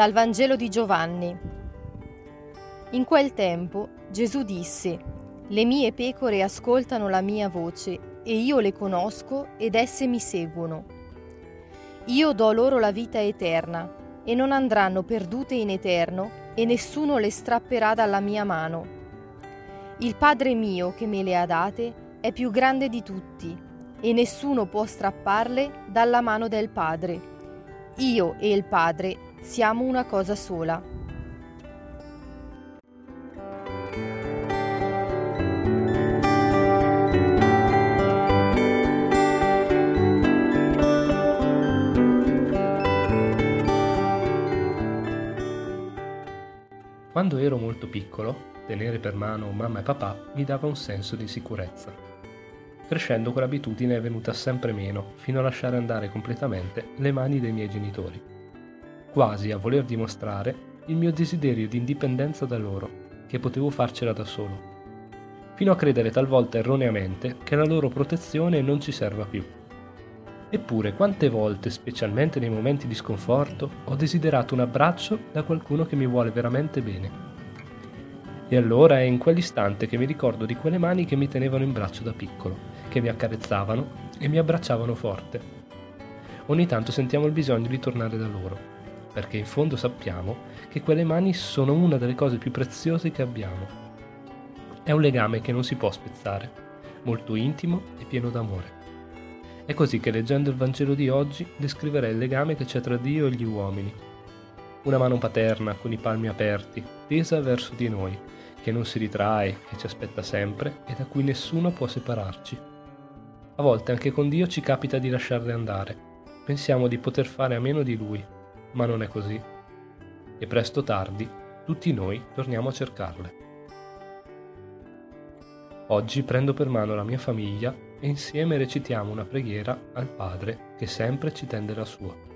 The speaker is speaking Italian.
Dal Vangelo di Giovanni. In quel tempo Gesù disse: «Le mie pecore ascoltano la mia voce, e io le conosco ed esse mi seguono. Io do loro la vita eterna, e non andranno perdute in eterno, e nessuno le strapperà dalla mia mano. Il Padre mio che me le ha date è più grande di tutti, e nessuno può strapparle dalla mano del Padre. Io e il Padre siamo una cosa sola». Quando ero molto piccolo, tenere per mano mamma e papà mi dava un senso di sicurezza. Crescendo quell'abitudine è venuta sempre meno, fino a lasciare andare completamente le mani dei miei genitori, quasi a voler dimostrare il mio desiderio di indipendenza da loro, che potevo farcela da solo, fino a credere talvolta erroneamente che la loro protezione non ci serva più. Eppure quante volte, specialmente nei momenti di sconforto, ho desiderato un abbraccio da qualcuno che mi vuole veramente bene. E allora è in quell'istante che mi ricordo di quelle mani che mi tenevano in braccio da piccolo, che mi accarezzavano e mi abbracciavano forte. Ogni tanto sentiamo il bisogno di tornare da loro, perché in fondo sappiamo che quelle mani sono una delle cose più preziose che abbiamo. È un legame che non si può spezzare, molto intimo e pieno d'amore. È così che leggendo il Vangelo di oggi descriverei il legame che c'è tra Dio e gli uomini. Una mano paterna con i palmi aperti, tesa verso di noi, che non si ritrae, che ci aspetta sempre e da cui nessuno può separarci. A volte anche con Dio ci capita di lasciarle andare. Pensiamo di poter fare a meno di Lui, ma non è così. E presto o tardi, tutti noi torniamo a cercarle. Oggi prendo per mano la mia famiglia e insieme recitiamo una preghiera al Padre che sempre ci tende la sua.